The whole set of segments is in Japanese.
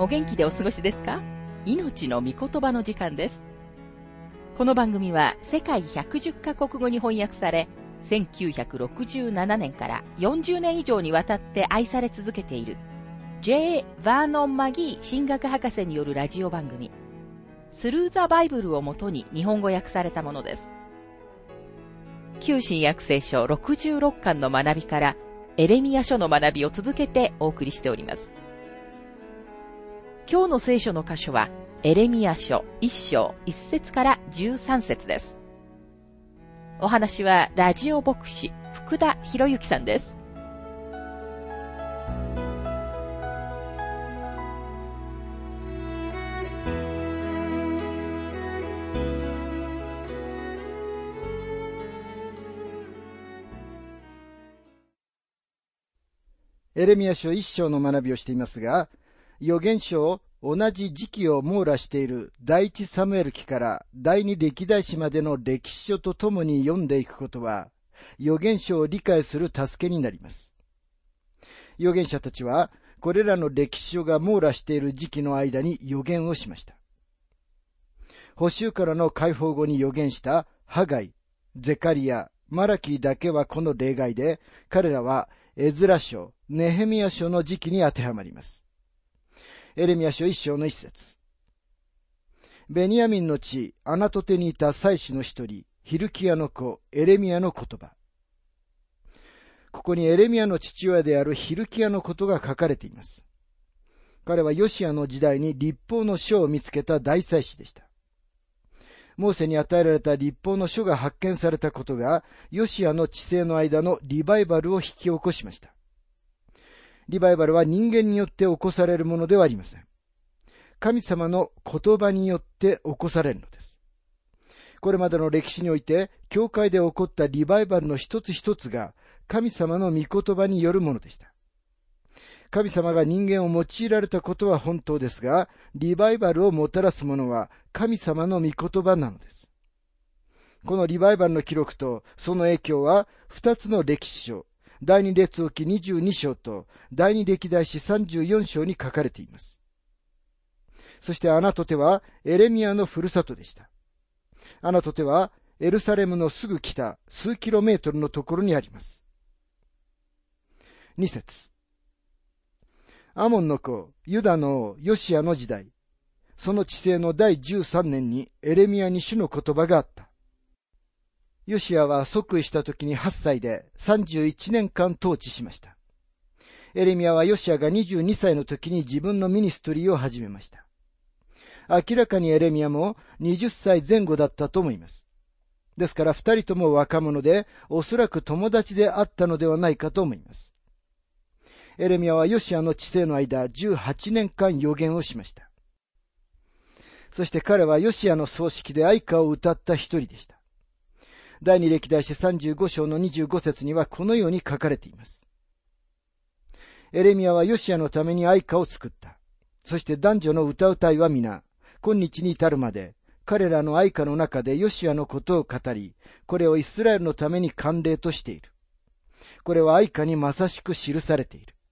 お元気でお過ごしですか？命の御言葉の時間です。この番組は世界110カ国語に翻訳され、1967年から40年以上にわたって愛され続けている J. バーノン・マギー神学博士によるラジオ番組、スルー・ザ・バイブルをもとに日本語訳されたものです。旧新約聖書66巻の学びからエレミヤ書の学びを続けてお送りしております。今日の聖書の箇所はエレミヤ書1章1節から13節です。お話はラジオ牧師福田博之さんです。 エレミヤ書1章の学びをしていますが、預言書を同じ時期を網羅している第一サムエル記から第二歴代史までの歴史書とともに読んでいくことは、預言書を理解する助けになります。預言者たちは、これらの歴史書が網羅している時期の間に預言をしました。捕囚からの解放後に預言したハガイ、ゼカリヤ、マラキだけはこの例外で、彼らはエズラ書、ネヘミヤ書の時期に当てはまります。エレミヤ書1章の1節。ベニヤミンの地アナトテにいた祭司の一人、ヒルキヤの子エレミヤの言葉。ここにエレミヤの父親であるヒルキヤのことが書かれています。彼はヨシアの時代に律法の書を見つけた大祭司でした。モーセに与えられた律法の書が発見されたことが、ヨシアの治世の間のリバイバルを引き起こしました。リバイバルは人間によって起こされるものではありません。神様の言葉によって起こされるのです。これまでの歴史において、教会で起こったリバイバルの一つ一つが、神様の御言葉によるものでした。神様が人間を用いられたことは本当ですが、リバイバルをもたらすものは神様の御言葉なのです。このリバイバルの記録とその影響は、二つの歴史書、第二列王記22章と第二歴代史34章に書かれています。そしてアナトテはエレミヤのふるさとでした。アナトテはエルサレムのすぐ北数キロメートルのところにあります。2節。アモンの子、ユダの王、ヨシアの時代、その治世の第13年にエレミヤに主の言葉があった。ヨシアは即位した時に8歳で31年間統治しました。エレミヤはヨシアが22歳の時に自分のミニストリーを始めました。明らかにエレミヤも20歳前後だったと思います。ですから二人とも若者で、おそらく友達であったのではないかと思います。エレミヤはヨシアの治世の間18年間預言をしました。そして彼はヨシアの葬式で哀歌を歌った一人でした。第二歴代史35章の25節にはこのように書かれています。エレミヤはヨシアのために哀歌を作った。そして男女の歌うたいは皆、今日に至るまで、彼らの哀歌の中でヨシアのことを語り、これをイスラエルのために慣例としている。これは哀歌にまさしく記されている。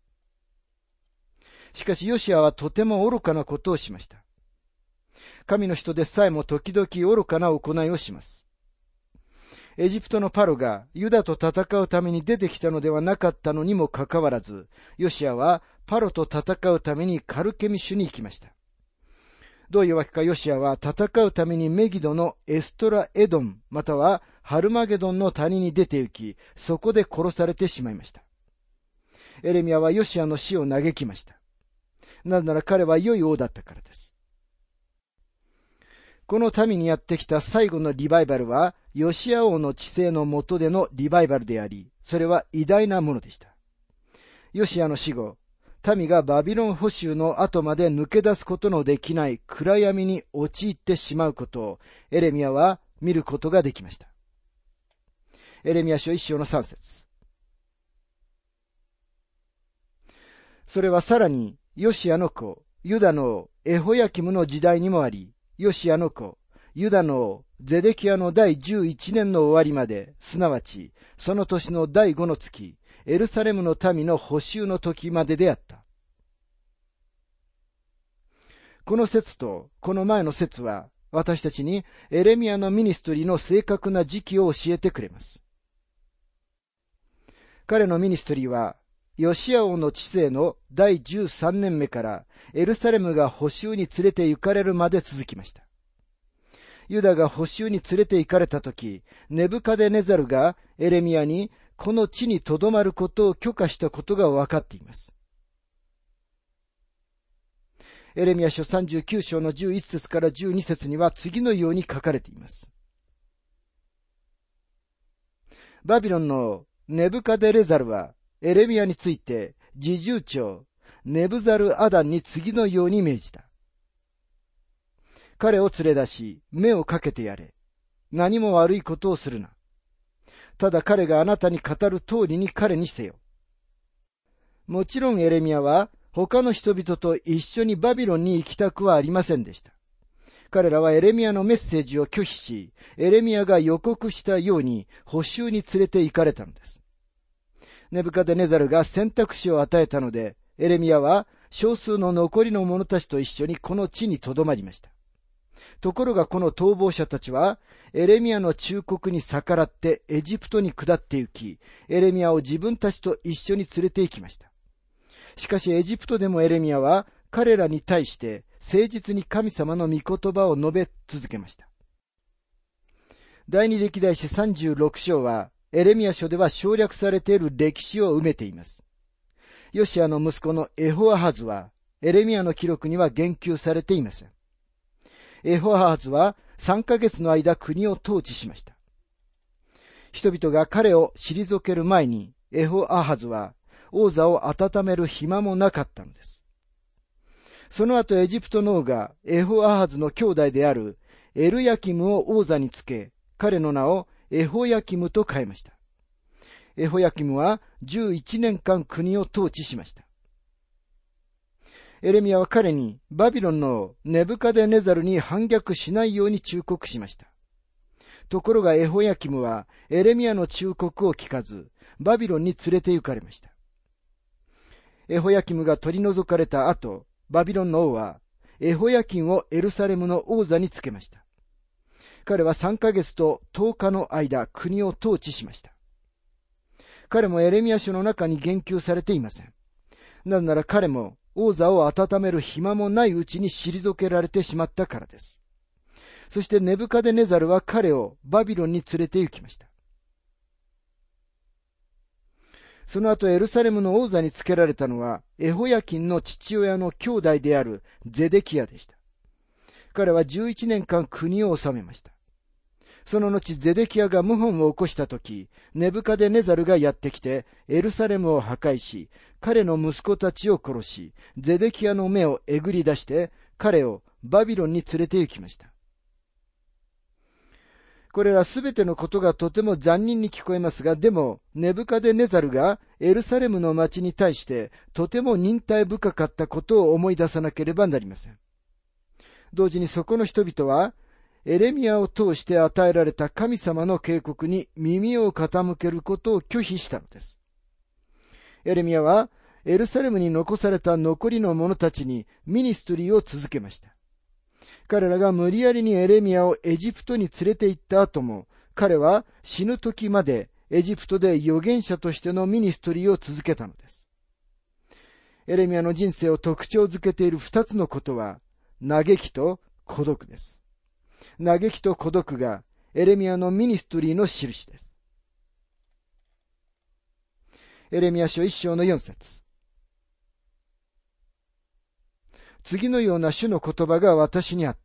しかしヨシアはとても愚かなことをしました。神の人でさえも時々愚かな行いをします。エジプトのパロがユダと戦うために出てきたのではなかったのにもかかわらず、ヨシアはパロと戦うためにカルケミシュに行きました。どういうわけかヨシアは戦うためにメギドのエストラエドンまたはハルマゲドンの谷に出て行き、そこで殺されてしまいました。エレミヤはヨシアの死を嘆きました。なぜなら彼は良い王だったからです。この民にやってきた最後のリバイバルは、ヨシア王の治世の下でのリバイバルであり、それは偉大なものでした。ヨシアの死後、民がバビロン捕囚の後まで抜け出すことのできない暗闇に陥ってしまうことを、エレミヤは見ることができました。エレミヤ書1章の3節。それはさらに、ヨシアの子、ユダの王、エホヤキムの時代にもあり、ヨシアの子、ユダの王、ゼデキヤの第11年の終わりまで、すなわち、その年の第5の月、エルサレムの民の捕囚の時までであった。 この説とこの前の説は、私たちにエレミヤのミニストリーの正確な時期を教えてくれます。彼のミニストリーは、ヨシア王の治世の第13年目からエルサレムが捕囚に連れて行かれるまで続きました。ユダが捕囚に連れて行かれたとき、ネブカデネザルがエレミヤにこの地に留まることを許可したことが分かっています。エレミヤ書39章の11節から12節には次のように書かれています。バビロンのネブカデレザルはエレミヤについて侍従長ネブザルアダンに次のように命じた。彼を連れ出し、目をかけてやれ。何も悪いことをするな。ただ彼があなたに語る通りに彼にせよ。もちろんエレミヤは他の人々と一緒にバビロンに行きたくはありませんでした。彼らはエレミヤのメッセージを拒否し、エレミヤが予告したように捕囚に連れて行かれたのです。ネブカデネザルが選択肢を与えたので、エレミヤは少数の残りの者たちと一緒にこの地に留まりました。ところがこの逃亡者たちは、エレミヤの忠告に逆らってエジプトに下って行き、エレミヤを自分たちと一緒に連れて行きました。しかしエジプトでもエレミヤは彼らに対して誠実に神様の御言葉を述べ続けました。第二歴代史36章は、エレミヤ書では省略されている歴史を埋めています。ヨシアの息子のエホアハズは、エレミヤの記録には言及されていません。エホアハズは3ヶ月の間国を統治しました。人々が彼を退ける前に、エホアハズは王座を温める暇もなかったのです。その後エジプトの王がエホアハズの兄弟であるエルヤキムを王座につけ、彼の名をエホヤキムと変えました。エホヤキムは11年間国を統治しました。エレミヤは彼にバビロンのネブカデネザルに反逆しないように忠告しました。ところがエホヤキムはエレミヤの忠告を聞かず、バビロンに連れて行かれました。エホヤキムが取り除かれた後、バビロンの王はエホヤキンをエルサレムの王座につけました。彼は3ヶ月と10日の間国を統治しました。彼もエレミヤ書の中に言及されていません。なぜなら彼も王座を温める暇もないうちに退けられてしまったからです。そしてネブカデネザルは彼をバビロンに連れて行きました。その後エルサレムの王座につけられたのはエホヤキンの父親の兄弟であるゼデキヤでした。彼は11年間国を治めました。その後ゼデキヤが謀反を起こしたとき、ネブカデネザルがやってきてエルサレムを破壊し、彼の息子たちを殺し、ゼデキヤの目をえぐり出して彼をバビロンに連れて行きました。これらすべてのことがとても残忍に聞こえますが、でもネブカデネザルがエルサレムの町に対してとても忍耐深かったことを思い出さなければなりません。同時にそこの人々はエレミヤを通して与えられた神様の警告に耳を傾けることを拒否したのです。エレミヤはエルサレムに残された残りの者たちにミニストリーを続けました。彼らが無理やりにエレミヤをエジプトに連れて行った後も、彼は死ぬ時までエジプトで預言者としてのミニストリーを続けたのです。エレミヤの人生を特徴づけている2つのことは、嘆きと孤独です。嘆きと孤独がエレミヤのミニストリーの印です。エレミヤ書1章の4節。次のような主の言葉が私にあった。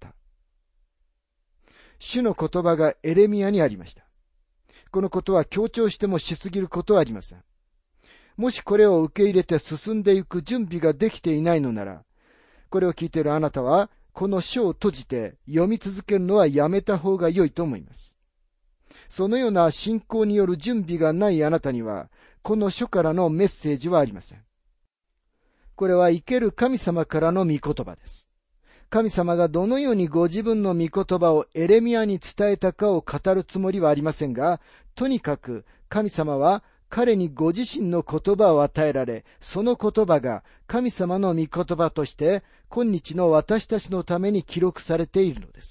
主の言葉がエレミヤにありました。このことは強調してもしすぎることはありません。もしこれを受け入れて進んでいく準備ができていないのなら、これを聞いているあなたは、この書を閉じて読み続けるのはやめた方が良いと思います。そのような信仰による準備がないあなたには、この書からのメッセージはありません。これは生ける神様からの御言葉です。神様がどのようにご自分の御言葉をエレミヤに伝えたかを語るつもりはありませんが、とにかく神様は彼にご自身の言葉を与えられ、その言葉が神様の御言葉として今日の私たちのために記録されているのです。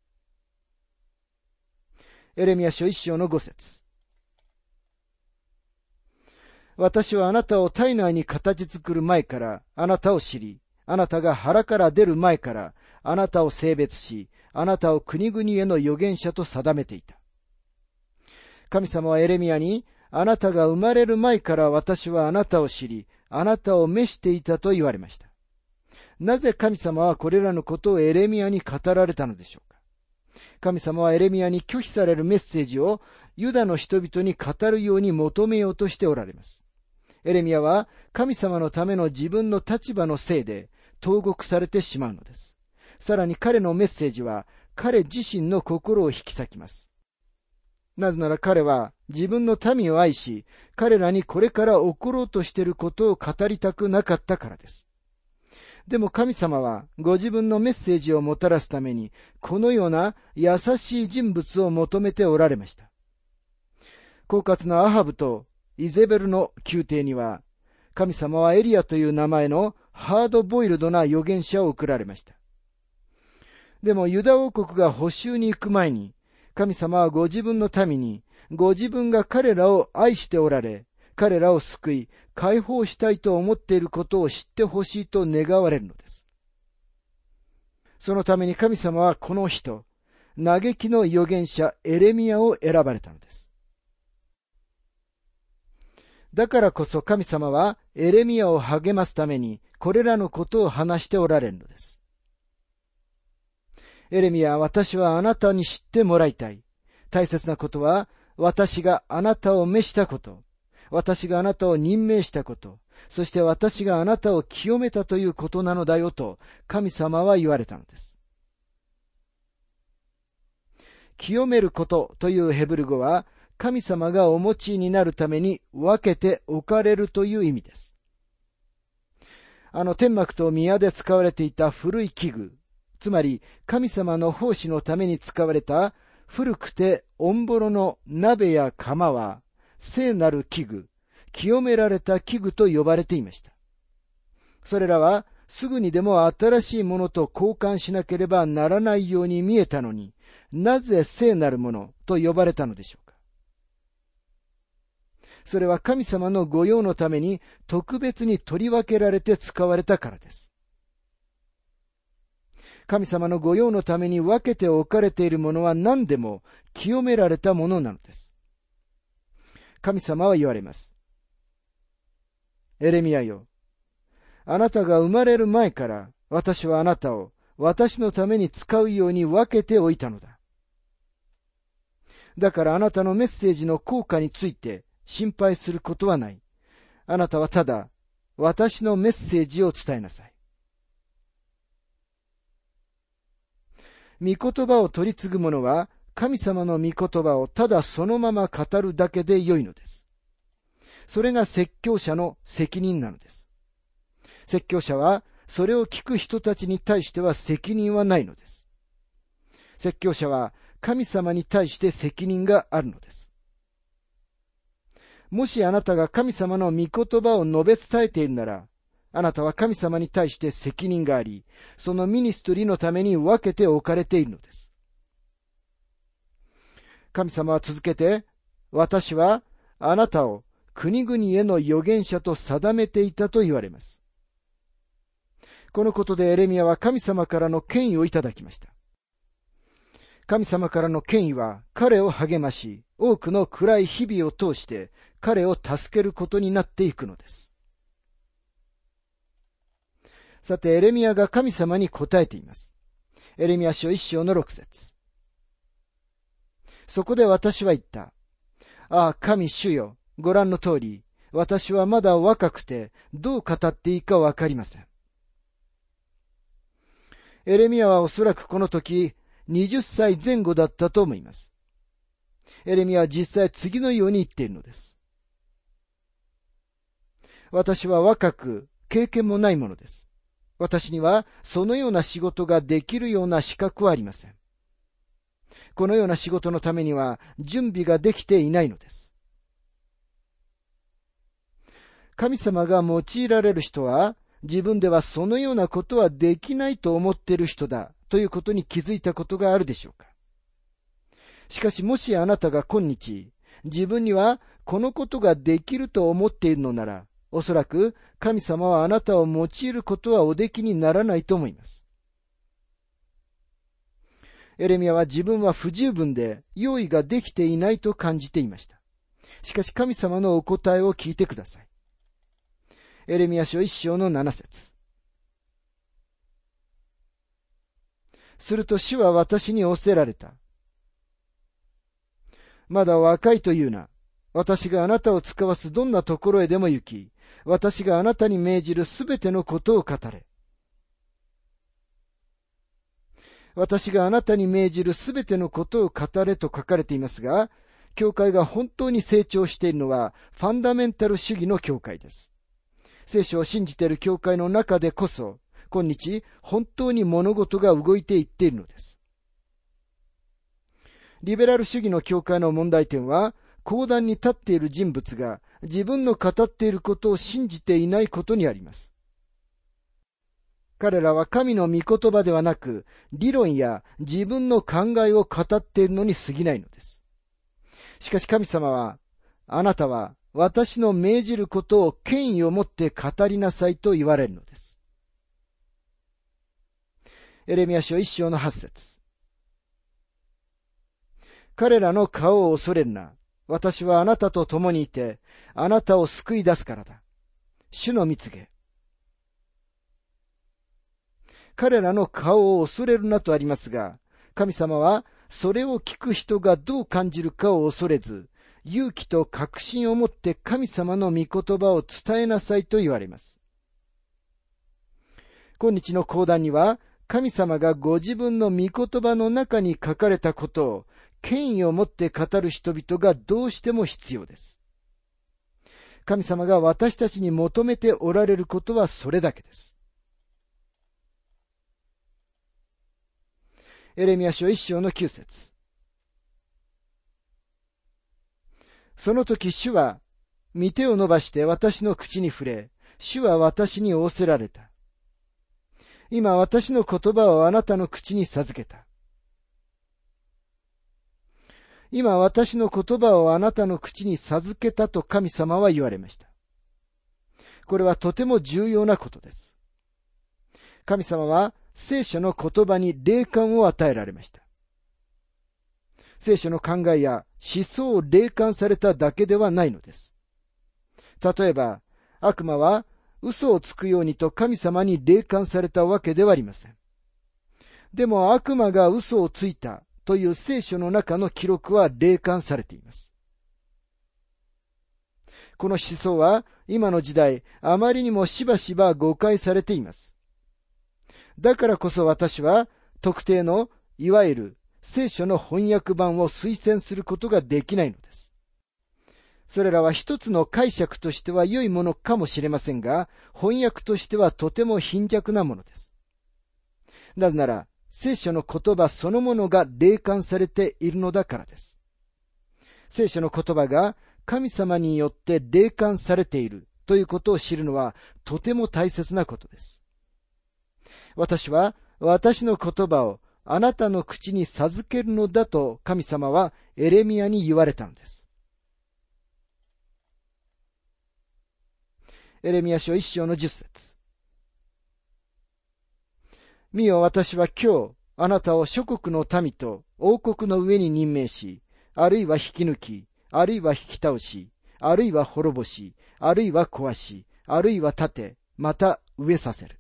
エレミヤ書1章の5節。私はあなたを体内に形作る前からあなたを知り、あなたが腹から出る前からあなたを性別し、あなたを国々への預言者と定めていた。神様はエレミヤに、あなたが生まれる前から私はあなたを知り、あなたを召していたと言われました。なぜ神様はこれらのことをエレミヤに語られたのでしょうか。神様はエレミヤに拒否されるメッセージをユダの人々に語るように求めようとしておられます。エレミヤは神様のための自分の立場のせいで投獄されてしまうのです。さらに彼のメッセージは彼自身の心を引き裂きます。なぜなら彼は自分の民を愛し、彼らにこれから起ころうとしていることを語りたくなかったからです。でも神様はご自分のメッセージをもたらすために、このような優しい人物を求めておられました。狡猾なアハブとイゼベルの宮廷には、神様はエリアという名前のハードボイルドな預言者を送られました。でもユダ王国が捕囚に行く前に、神様はご自分の民に、ご自分が彼らを愛しておられ、彼らを救い、解放したいと思っていることを知ってほしいと願われるのです。そのために神様はこの人、嘆きの預言者エレミヤを選ばれたのです。だからこそ神様はエレミヤを励ますために、これらのことを話しておられるのです。エレミヤ、私はあなたに知ってもらいたい。大切なことは、私があなたを召したこと、私があなたを任命したこと、そして私があなたを清めたということなのだよと、神様は言われたのです。清めることというヘブル語は、神様がお持ちになるために分けて置かれるという意味です。天幕と宮で使われていた古い器具、つまり神様の奉仕のために使われた古くてオンボロの鍋や釜は聖なる器具、清められた器具と呼ばれていました。それらはすぐにでも新しいものと交換しなければならないように見えたのに、なぜ聖なるものと呼ばれたのでしょうか。それは神様の御用のために特別に取り分けられて使われたからです。神様の御用のために分けて置かれているものは何でも清められたものなのです。神様は言われます。エレミヤよ、あなたが生まれる前から私はあなたを私のために使うように分けておいたのだ。だからあなたのメッセージの効果について心配することはない。あなたはただ私のメッセージを伝えなさい。御言葉を取り継ぐ者は神様の御言葉をただそのまま語るだけでよいのです。それが説教者の責任なのです。説教者はそれを聞く人たちに対しては責任はないのです。説教者は神様に対して責任があるのです。もしあなたが神様の御言葉を述べ伝えているなら、あなたは神様に対して責任があり、そのミニストリーのために分けて置かれているのです。神様は続けて、私はあなたを国々への預言者と定めていたと言われます。このことでエレミヤは神様からの権威をいただきました。神様からの権威は彼を励まし、多くの暗い日々を通して彼を助けることになっていくのです。さて、エレミヤが神様に答えています。エレミヤ書1章の6節。そこで私は言った。ああ、神主よ、ご覧の通り、私はまだ若くて、どう語っていいかわかりません。エレミヤはおそらくこの時、20歳前後だったと思います。エレミヤは実際次のように言っているのです。私は若く、経験もないものです。私にはそのような仕事ができるような資格はありません。このような仕事のためには準備ができていないのです。 神様が用いられる人は、自分ではそのようなことはできないと思っている人だということに気づいたことがあるでしょうか。しかしもしあなたが今日、自分にはこのことができると思っているのなら、おそらく神様はあなたを用いることはおできにならないと思います。エレミヤは自分は不十分で用意ができていないと感じていました。しかし神様のお答えを聞いてください。エレミヤ書1章の7節。すると主は私に仰せられた。まだ若いというな。私があなたを使わすどんなところへでも行き、私があなたに命じるすべてのことを語れ。私があなたに命じるすべてのことを語れと書かれていますが、教会が本当に成長しているのはファンダメンタル主義の教会です。聖書を信じている教会の中でこそ、今日本当に物事が動いていっているのです。リベラル主義の教会の問題点は、講談に立っている人物が自分の語っていることを信じていないことにあります。彼らは神の御言葉ではなく、理論や自分の考えを語っているのに過ぎないのです。しかし神様は、あなたは私の命じることを権威を持って語りなさいと言われるのです。エレミヤ書1章の8節。彼らの顔を恐れるな。私はあなたと共にいて、あなたを救い出すからだ。主の御告げ。彼らの顔を恐れるなとありますが、神様はそれを聞く人がどう感じるかを恐れず、勇気と確信を持って神様の御言葉を伝えなさいと言われます。今日の講談には、神様がご自分の御言葉の中に書かれたことを権威を持って語る人々がどうしても必要です。神様が私たちに求めておられることはそれだけです。エレミヤ書1章の9節。その時主は御手を伸ばして私の口に触れ、主は私に仰せられた。今私の言葉をあなたの口に授けた。今私の言葉をあなたの口に授けたと神様は言われました。これはとても重要なことです。神様は聖書の言葉に霊感を与えられました。聖書の考えや思想を霊感されただけではないのです。例えば、悪魔は嘘をつくようにと神様に霊感されたわけではありません。でも悪魔が嘘をついたという聖書の中の記録は霊感されています。この思想は今の時代あまりにもしばしば誤解されています。だからこそ私は特定のいわゆる聖書の翻訳版を推薦することができないのです。それらは一つの解釈としては良いものかもしれませんが、翻訳としてはとても貧弱なものです。なぜなら、聖書の言葉そのものが霊感されているのだからです。聖書の言葉が神様によって霊感されているということを知るのはとても大切なことです。私は私の言葉をあなたの口に授けるのだと神様はエレミヤに言われたのです。エレミヤ書1章の10節。見よ、私は今日あなたを諸国の民と王国の上に任命し、あるいは引き抜き、あるいは引き倒し、あるいは滅ぼし、あるいは壊し、あるいは立て、また植えさせる。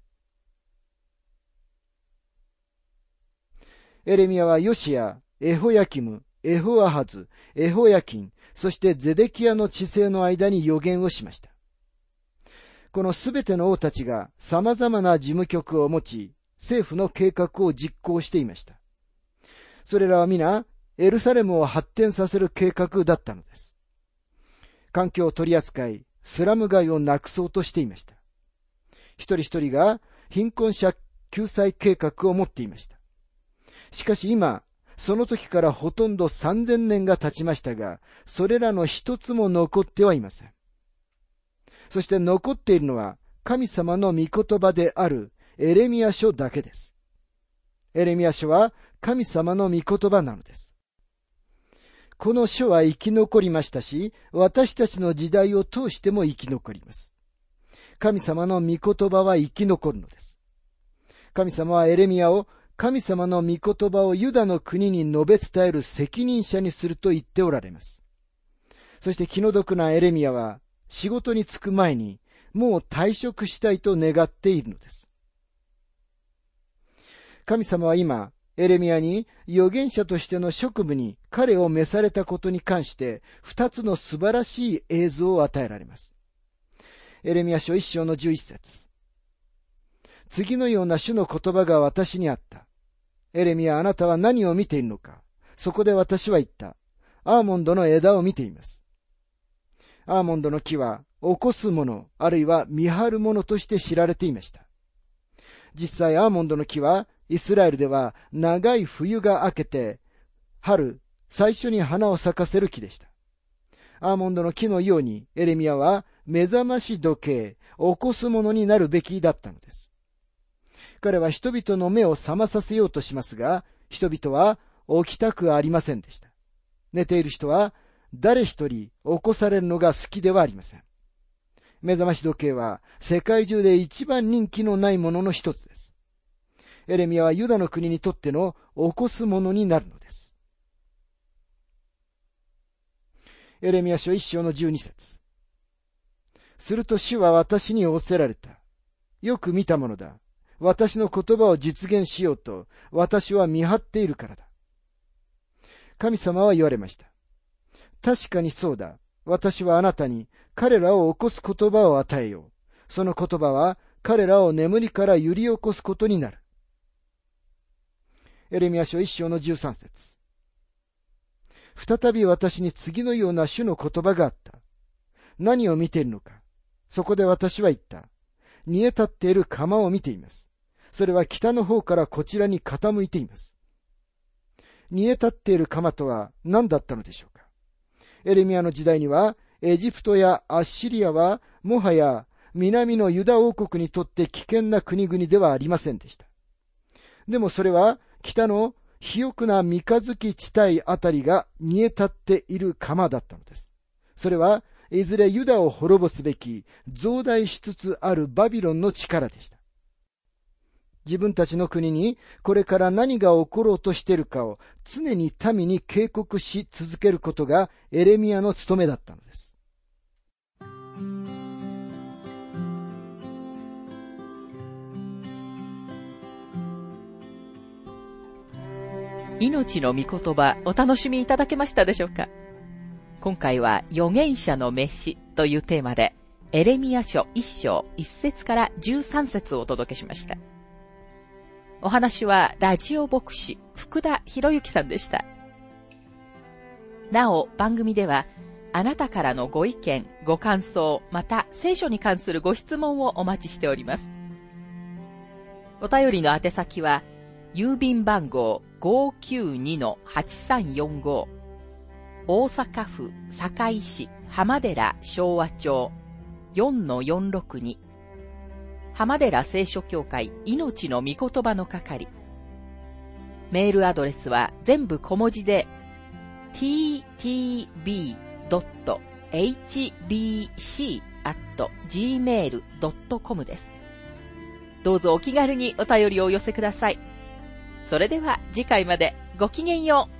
エレミヤはヨシア、エホヤキム、エホアハズ、エホヤキン、そしてゼデキヤの治世の間に予言をしました。このすべての王たちが様々な事務局を持ち、政府の計画を実行していました。それらは皆、エルサレムを発展させる計画だったのです。環境を取り扱い、スラム街をなくそうとしていました。一人一人が貧困者救済計画を持っていました。しかし今、その時からほとんど3000年が経ちましたが、それらの一つも残ってはいません。 そして残っているのは神様の御言葉であるエレミヤ書だけです。エレミヤ書は神様の御言葉なのです。この書は生き残りましたし、私たちの時代を通しても生き残ります。神様の御言葉は生き残るのです。神様はエレミヤを神様の御言葉をユダの国に述べ伝える責任者にすると言っておられます。そして気の毒なエレミヤは仕事に就く前にもう退職したいと願っているのです。神様は今、エレミヤに預言者としての職務に彼を召されたことに関して2つの素晴らしい映像を与えられます。エレミヤ書1章の11節。次のような主の言葉が私にあった。エレミヤ、あなたは何を見ているのか。そこで私は言った。アーモンドの枝を見ています。アーモンドの木は起こすもの、あるいは見張るものとして知られていました。実際アーモンドの木はイスラエルでは長い冬が明けて、春、最初に花を咲かせる木でした。アーモンドの木のようにエレミヤは目覚まし時計、起こすものになるべきだったのです。彼は人々の目を覚まさせようとしますが、人々は起きたくありませんでした。寝ている人は誰一人起こされるのが好きではありません。目覚まし時計は世界中で一番人気のないものの一つです。エレミヤはユダの国にとっての起こすものになるのです。エレミヤ書1章の12節。すると主は私に仰せられた。よく見たものだ。私の言葉を実現しようと、私は見張っているからだ。神様は言われました。確かにそうだ。私はあなたに彼らを起こす言葉を与えよう。その言葉は彼らを眠りから揺り起こすことになる。エレミヤ書1章の13節。再び私に次のような主の言葉があった。何を見ているのか。そこで私は言った。煮え立っている釜を見ています。それは北の方からこちらに傾いています。煮え立っている釜とは何だったのでしょうか。エレミヤの時代には、エジプトやアッシリアはもはや南のユダ王国にとって危険な国々ではありませんでした。でもそれは北の肥沃な三日月地帯あたりが煮え立っている釜だったのです。それはいずれユダを滅ぼすべき増大しつつあるバビロンの力でした。自分たちの国にこれから何が起ころうとしているかを常に民に警告し続けることがエレミヤの務めだったのです。 命の御言葉、お楽しみいただけましたでしょうか。今回は預言者の召しというテーマで、エレミヤ書1章1節から13節をお届けしました。お話はラジオ牧師福田博之さんでした。なお番組ではあなたからのご意見、ご感想、また聖書に関するご質問をお待ちしております。お便りの宛先は郵便番号 592-8345 大阪府堺市浜寺昭和町 4-462 浜寺聖書協会命の御言葉の係。メールアドレスは全部小文字で ttb.hbc@gmail.com です。どうぞお気軽にお便りをお寄せください。それでは次回までごきげんよう。